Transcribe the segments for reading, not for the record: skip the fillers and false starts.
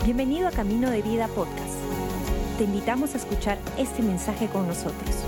Bienvenido a Camino de Vida Podcast. Te invitamos a escuchar este mensaje con nosotros.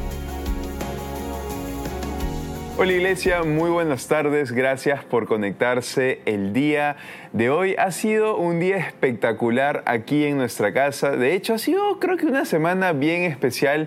Hola Iglesia, muy buenas tardes, gracias por conectarse el día de hoy. Ha sido un día espectacular aquí en nuestra casa. De hecho, ha sido creo que una semana bien especial.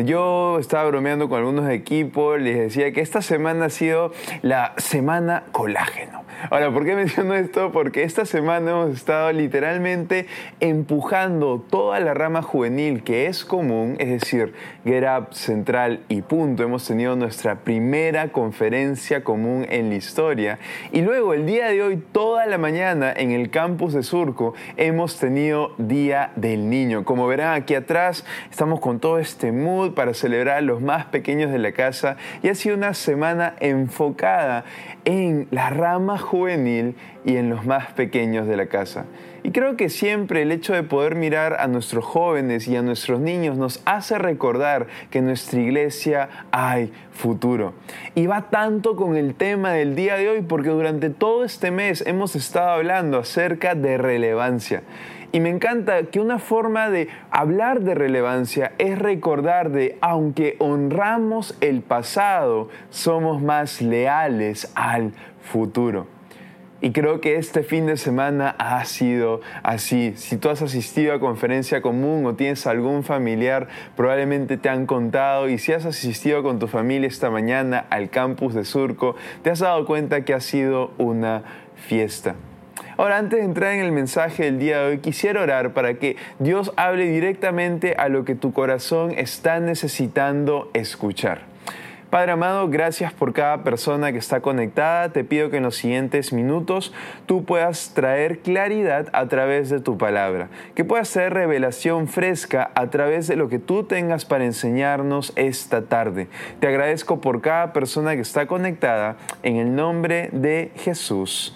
Yo estaba bromeando con algunos equipos, les decía que esta semana ha sido la semana colágeno. Ahora, ¿por qué menciono esto? Porque esta semana hemos estado literalmente empujando toda la rama juvenil que es común, es decir, Get Up, Central y Punto. Hemos tenido nuestra primera conferencia común en la historia. Y luego, el día de hoy, toda la mañana, en el campus de Surco, hemos tenido Día del Niño. Como verán aquí atrás, estamos con todo este mood para celebrar a los más pequeños de la casa. Y ha sido una semana enfocada en la rama juvenil y en los más pequeños de la casa. Y creo que siempre el hecho de poder mirar a nuestros jóvenes y a nuestros niños nos hace recordar que en nuestra iglesia hay futuro. Y va tanto con el tema del día de hoy porque durante todo este mes hemos estado hablando acerca de relevancia. Y me encanta que una forma de hablar de relevancia es recordar de, aunque honramos el pasado, somos más leales al futuro. Y creo que este fin de semana ha sido así. Si tú has asistido a conferencia común o tienes algún familiar, probablemente te han contado. Y si has asistido con tu familia esta mañana al campus de Surco, te has dado cuenta que ha sido una fiesta. Ahora, antes de entrar en el mensaje del día de hoy, quisiera orar para que Dios hable directamente a lo que tu corazón está necesitando escuchar. Padre amado, gracias por cada persona que está conectada. Te pido que en los siguientes minutos tú puedas traer claridad a través de tu palabra, que puedas traer revelación fresca a través de lo que tú tengas para enseñarnos esta tarde. Te agradezco por cada persona que está conectada en el nombre de Jesús.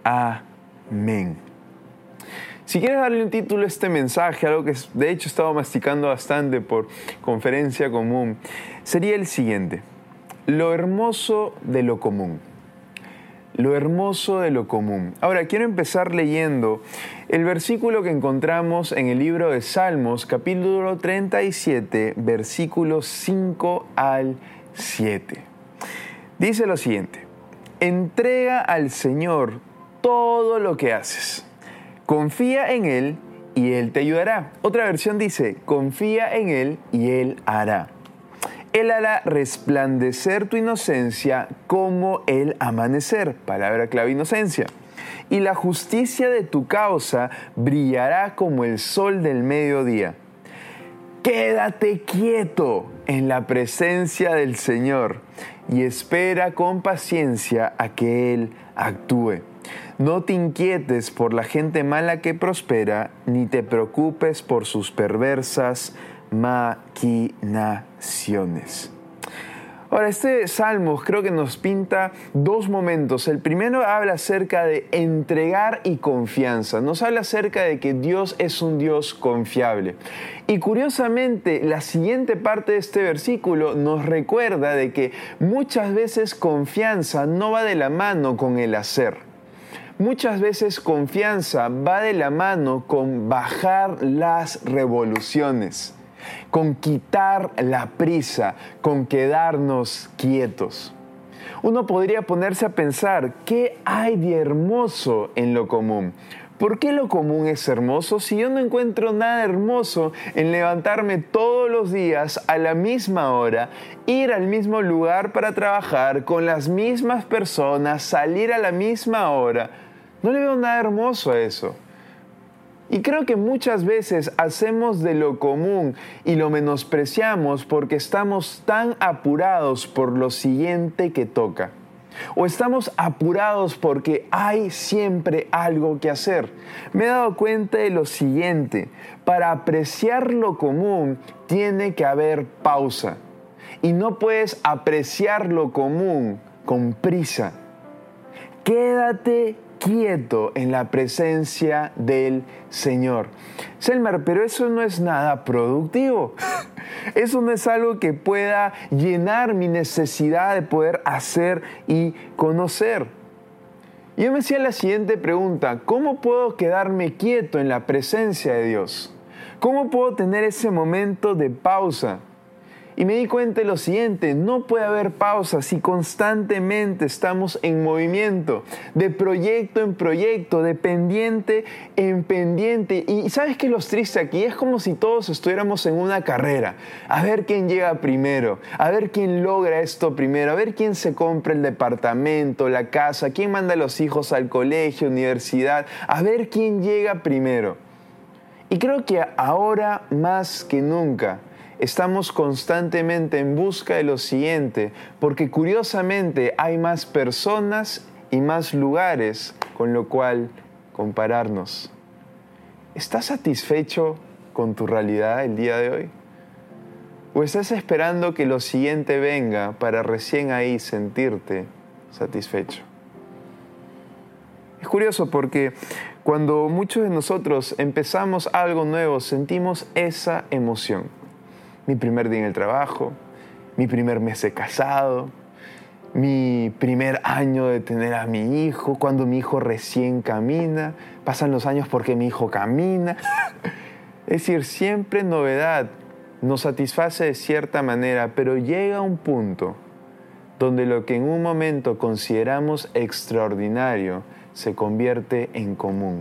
Amén. Si quieres darle un título a este mensaje, algo que de hecho he estado masticando bastante por conferencia común, sería el siguiente: lo hermoso de lo común. Lo hermoso de lo común. Ahora, quiero empezar leyendo el versículo que encontramos en el libro de Salmos, capítulo 37, versículos 5 al 7. Dice lo siguiente: entrega al Señor todo lo que haces. Confía en Él y Él te ayudará. Otra versión dice: confía en Él y Él hará. Él hará resplandecer tu inocencia como el amanecer. Palabra clave: inocencia. Y la justicia de tu causa brillará como el sol del mediodía. Quédate quieto en la presencia del Señor y espera con paciencia a que Él actúe. No te inquietes por la gente mala que prospera, ni te preocupes por sus perversas maquinaciones. Ahora, este salmo creo que nos pinta dos momentos. El primero habla acerca de entregar y confianza. Nos habla acerca de que Dios es un Dios confiable. Y curiosamente, la siguiente parte de este versículo nos recuerda de que muchas veces confianza no va de la mano con el hacer. Muchas veces confianza va de la mano con bajar las revoluciones, con quitar la prisa, con quedarnos quietos. Uno podría ponerse a pensar, ¿qué hay de hermoso en lo común? ¿Por qué lo común es hermoso si yo no encuentro nada hermoso en levantarme todos los días a la misma hora, ir al mismo lugar para trabajar con las mismas personas, salir a la misma hora? No le veo nada hermoso a eso. Y creo que muchas veces hacemos de lo común y lo menospreciamos porque estamos tan apurados por lo siguiente que toca. O estamos apurados porque hay siempre algo que hacer. Me he dado cuenta de lo siguiente: para apreciar lo común tiene que haber pausa. Y no puedes apreciar lo común con prisa. Quédate quieto en la presencia del Señor. Selmar, pero eso no es nada productivo. Eso no es algo que pueda llenar mi necesidad de poder hacer y conocer. Yo me hacía la siguiente pregunta: ¿cómo puedo quedarme quieto en la presencia de Dios? ¿Cómo puedo tener ese momento de pausa? Y me di cuenta de lo siguiente: no puede haber pausa si constantemente estamos en movimiento, de proyecto en proyecto, de pendiente en pendiente. Y ¿sabes qué es lo triste aquí? Es como si todos estuviéramos en una carrera, a ver quién llega primero, a ver quién logra esto primero, a ver quién se compra el departamento, la casa, quién manda a los hijos al colegio, universidad, a ver quién llega primero. Y creo que ahora más que nunca estamos constantemente en busca de lo siguiente, porque curiosamente hay más personas y más lugares con lo cual compararnos. ¿Estás satisfecho con tu realidad el día de hoy? ¿O estás esperando que lo siguiente venga para recién ahí sentirte satisfecho? Es curioso porque cuando muchos de nosotros empezamos algo nuevo, sentimos esa emoción. Mi primer día en el trabajo, mi primer mes de casado, mi primer año de tener a mi hijo, cuando mi hijo recién camina, pasan los años porque mi hijo camina. Es decir, siempre novedad nos satisface de cierta manera, pero llega un punto donde lo que en un momento consideramos extraordinario se convierte en común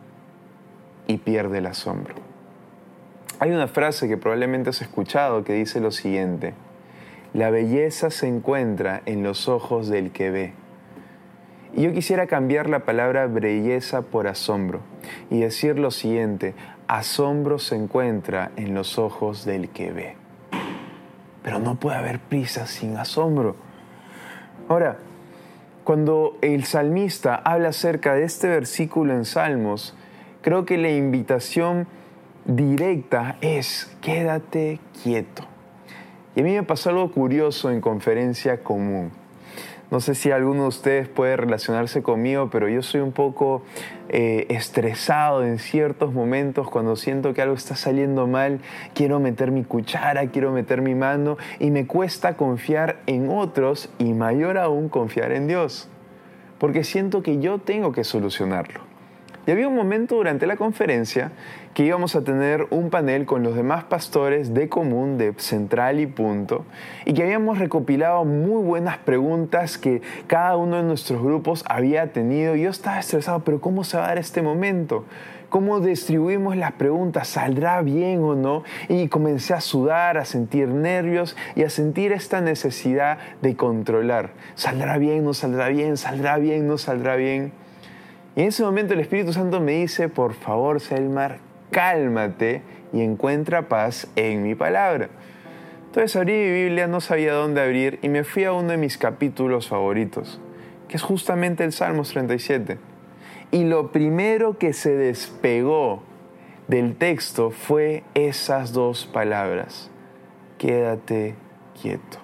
y pierde el asombro. Hay una frase que probablemente has escuchado que dice lo siguiente: la belleza se encuentra en los ojos del que ve. Y yo quisiera cambiar la palabra belleza por asombro y decir lo siguiente: asombro se encuentra en los ojos del que ve. Pero no puede haber prisa sin asombro. Ahora, cuando el salmista habla acerca de este versículo en Salmos, creo que la invitación directa es: quédate quieto. Y a mí me pasó algo curioso en conferencia común. No sé si alguno de ustedes puede relacionarse conmigo, pero yo soy un poco estresado en ciertos momentos cuando siento que algo está saliendo mal. Quiero meter mi cuchara, quiero meter mi mano y me cuesta confiar en otros y mayor aún confiar en Dios, porque siento que yo tengo que solucionarlo. Y había un momento durante la conferencia que íbamos a tener un panel con los demás pastores de Común, de Central y Punto, y que habíamos recopilado muy buenas preguntas que cada uno de nuestros grupos había tenido. Y yo estaba estresado, pero ¿cómo se va a dar este momento? ¿Cómo distribuimos las preguntas? ¿Saldrá bien o no? Y comencé a sudar, a sentir nervios y a sentir esta necesidad de controlar. ¿Saldrá bien? ¿No saldrá bien? ¿Saldrá bien? ¿No saldrá bien? Y en ese momento el Espíritu Santo me dice: por favor, Selmar, cálmate y encuentra paz en mi palabra. Entonces abrí mi Biblia, no sabía dónde abrir, y me fui a uno de mis capítulos favoritos, que es justamente el Salmos 37. Y lo primero que se despegó del texto fue esas dos palabras: quédate quieto.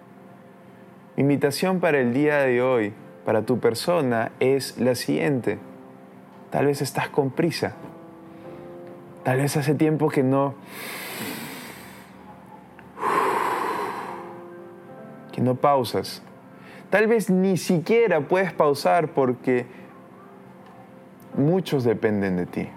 Mi invitación para el día de hoy, para tu persona, es la siguiente: tal vez estás con prisa, tal vez hace tiempo que no pausas, tal vez ni siquiera puedes pausar porque muchos dependen de ti.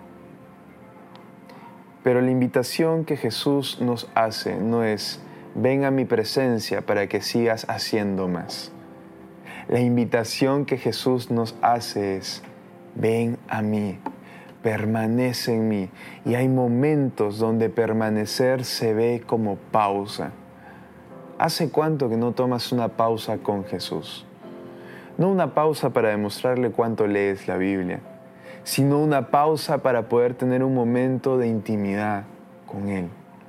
Pero la invitación que Jesús nos hace no es: ven a mi presencia para que sigas haciendo más. La invitación que Jesús nos hace es: ven a mí, permanece en mí. Y hay momentos donde permanecer se ve como pausa. ¿Hace cuánto que no tomas una pausa con Jesús? No una pausa para demostrarle cuánto lees la Biblia, sino una pausa para poder tener un momento de intimidad con Él.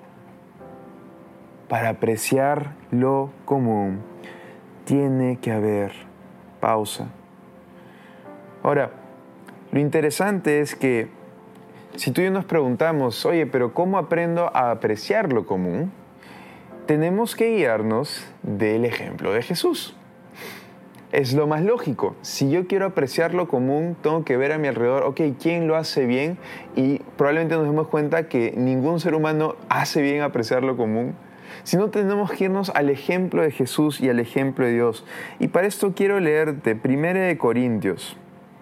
Para apreciar lo común, tiene que haber pausa. Ahora, lo interesante es que si tú y yo nos preguntamos: oye, pero ¿cómo aprendo a apreciar lo común? Tenemos que guiarnos del ejemplo de Jesús. Es lo más lógico. Si yo quiero apreciar lo común, tengo que ver a mi alrededor, ok, ¿quién lo hace bien? Y probablemente nos demos cuenta que ningún ser humano hace bien apreciar lo común. Si no, tenemos que irnos al ejemplo de Jesús y al ejemplo de Dios. Y para esto quiero leerte 1 Corintios,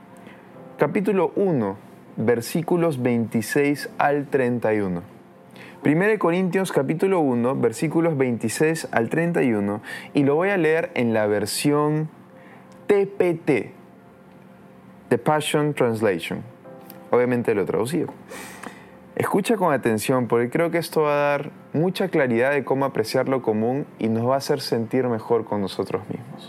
capítulo 1, versículos 26 al 31. 1 Corintios capítulo 1, versículos 26 al 31, y lo voy a leer en la versión TPT, The Passion Translation. Obviamente lo he traducido. Escucha con atención porque creo que esto va a dar mucha claridad de cómo apreciar lo común y nos va a hacer sentir mejor con nosotros mismos.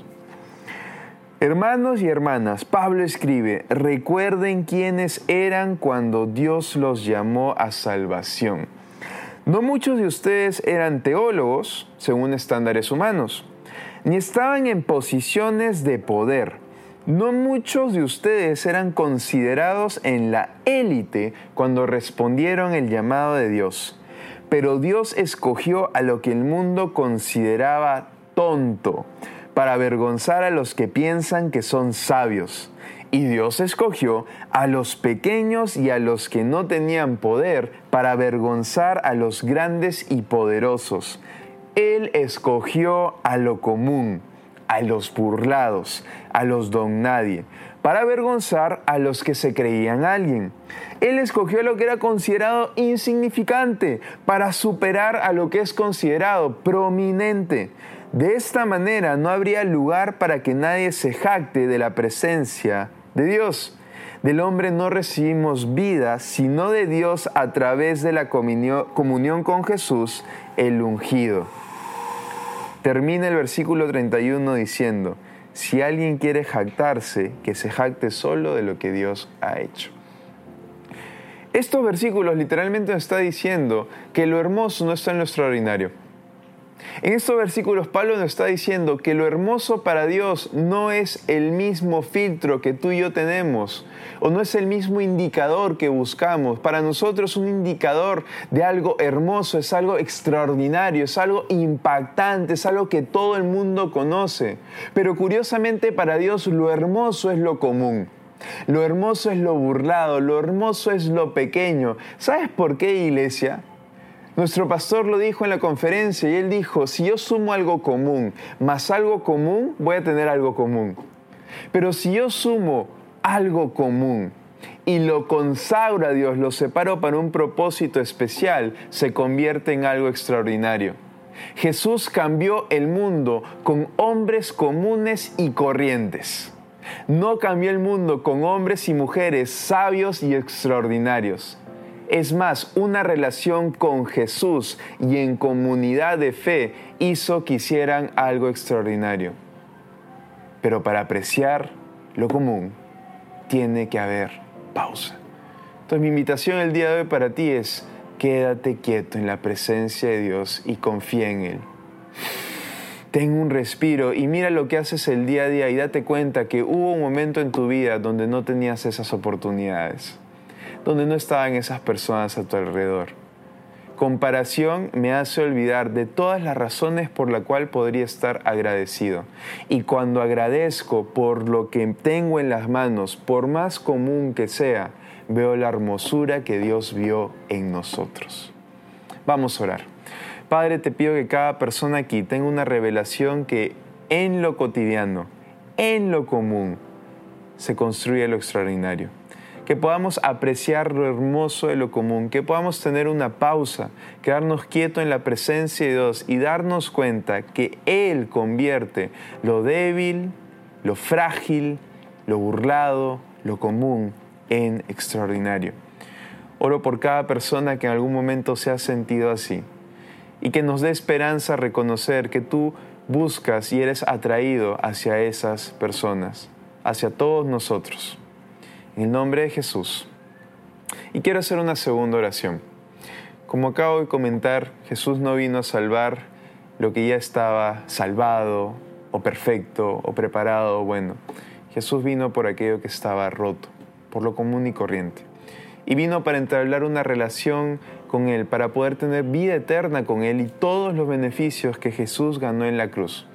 Hermanos y hermanas, Pablo escribe: recuerden quiénes eran cuando Dios los llamó a salvación. No muchos de ustedes eran teólogos, según estándares humanos, ni estaban en posiciones de poder. No muchos de ustedes eran considerados en la élite cuando respondieron el llamado de Dios. Pero Dios escogió a lo que el mundo consideraba tonto, para avergonzar a los que piensan que son sabios. Y Dios escogió a los pequeños y a los que no tenían poder, para avergonzar a los grandes y poderosos. Él escogió a lo común, a los burlados, a los don nadie, para avergonzar a los que se creían alguien. Él escogió lo que era considerado insignificante para superar a lo que es considerado prominente. De esta manera no habría lugar para que nadie se jacte de la presencia de Dios. Del hombre no recibimos vida, sino de Dios a través de la comunión con Jesús, el ungido. Termina el versículo 31 diciendo: si alguien quiere jactarse, que se jacte solo de lo que Dios ha hecho. Estos versículos literalmente nos está diciendo que lo hermoso no está en lo extraordinario. En estos versículos Pablo nos está diciendo que lo hermoso para Dios no es el mismo filtro que tú y yo tenemos, o no es el mismo indicador que buscamos. Para nosotros un indicador de algo hermoso es algo extraordinario, es algo impactante, es algo que todo el mundo conoce. Pero curiosamente para Dios lo hermoso es lo común. Lo hermoso es lo burlado, lo hermoso es lo pequeño. ¿Sabes por qué, iglesia? Nuestro pastor lo dijo en la conferencia y él dijo: si yo sumo algo común más algo común, voy a tener algo común. Pero si yo sumo algo común y lo consagro a Dios, lo separo para un propósito especial, se convierte en algo extraordinario. Jesús cambió el mundo con hombres comunes y corrientes. No cambió el mundo con hombres y mujeres sabios y extraordinarios. Es más, una relación con Jesús y en comunidad de fe hizo que hicieran algo extraordinario. Pero para apreciar lo común, tiene que haber pausa. Entonces mi invitación el día de hoy para ti es: quédate quieto en la presencia de Dios y confía en Él. Ten un respiro y mira lo que haces el día a día y date cuenta que hubo un momento en tu vida donde no tenías esas oportunidades, donde no estaban esas personas a tu alrededor. Comparación me hace olvidar de todas las razones por las cuales podría estar agradecido. Y cuando agradezco por lo que tengo en las manos, por más común que sea, veo la hermosura que Dios vio en nosotros. Vamos a orar. Padre, te pido que cada persona aquí tenga una revelación que en lo cotidiano, en lo común, se construye lo extraordinario. Que podamos apreciar lo hermoso de lo común, que podamos tener una pausa, quedarnos quietos en la presencia de Dios y darnos cuenta que Él convierte lo débil, lo frágil, lo burlado, lo común en extraordinario. Oro por cada persona que en algún momento se ha sentido así y que nos dé esperanza a reconocer que tú buscas y eres atraído hacia esas personas, hacia todos nosotros. En el nombre de Jesús. Y quiero hacer una segunda oración. Como acabo de comentar, Jesús no vino a salvar lo que ya estaba salvado, o perfecto, o preparado, o bueno. Jesús vino por aquello que estaba roto, por lo común y corriente. Y vino para entablar una relación con Él, para poder tener vida eterna con Él y todos los beneficios que Jesús ganó en la cruz.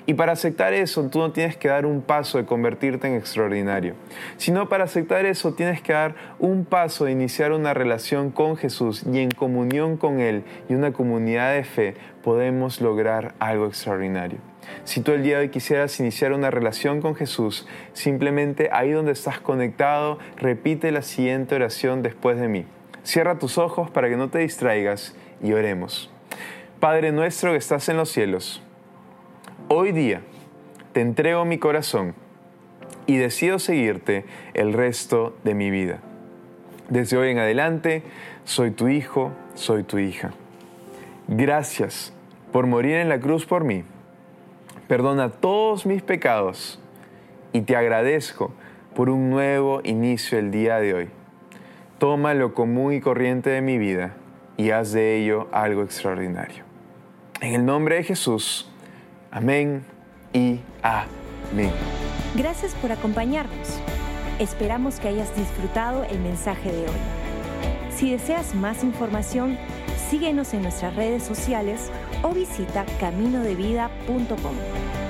Y para aceptar eso, tú no tienes que dar un paso de convertirte en extraordinario, sino para aceptar eso tienes que dar un paso de iniciar una relación con Jesús, y en comunión con Él y una comunidad de fe podemos lograr algo extraordinario. Si tú el día de hoy quisieras iniciar una relación con Jesús, simplemente ahí donde estás conectado, repite la siguiente oración después de mí. Cierra tus ojos para que no te distraigas y oremos. Padre nuestro que estás en los cielos, hoy día te entrego mi corazón y decido seguirte el resto de mi vida. Desde hoy en adelante, soy tu hijo, soy tu hija. Gracias por morir en la cruz por mí. Perdona todos mis pecados y te agradezco por un nuevo inicio el día de hoy. Toma lo común y corriente de mi vida y haz de ello algo extraordinario. En el nombre de Jesús, amén y amén. Gracias por acompañarnos. Esperamos que hayas disfrutado el mensaje de hoy. Si deseas más información, síguenos en nuestras redes sociales o visita caminodevida.com.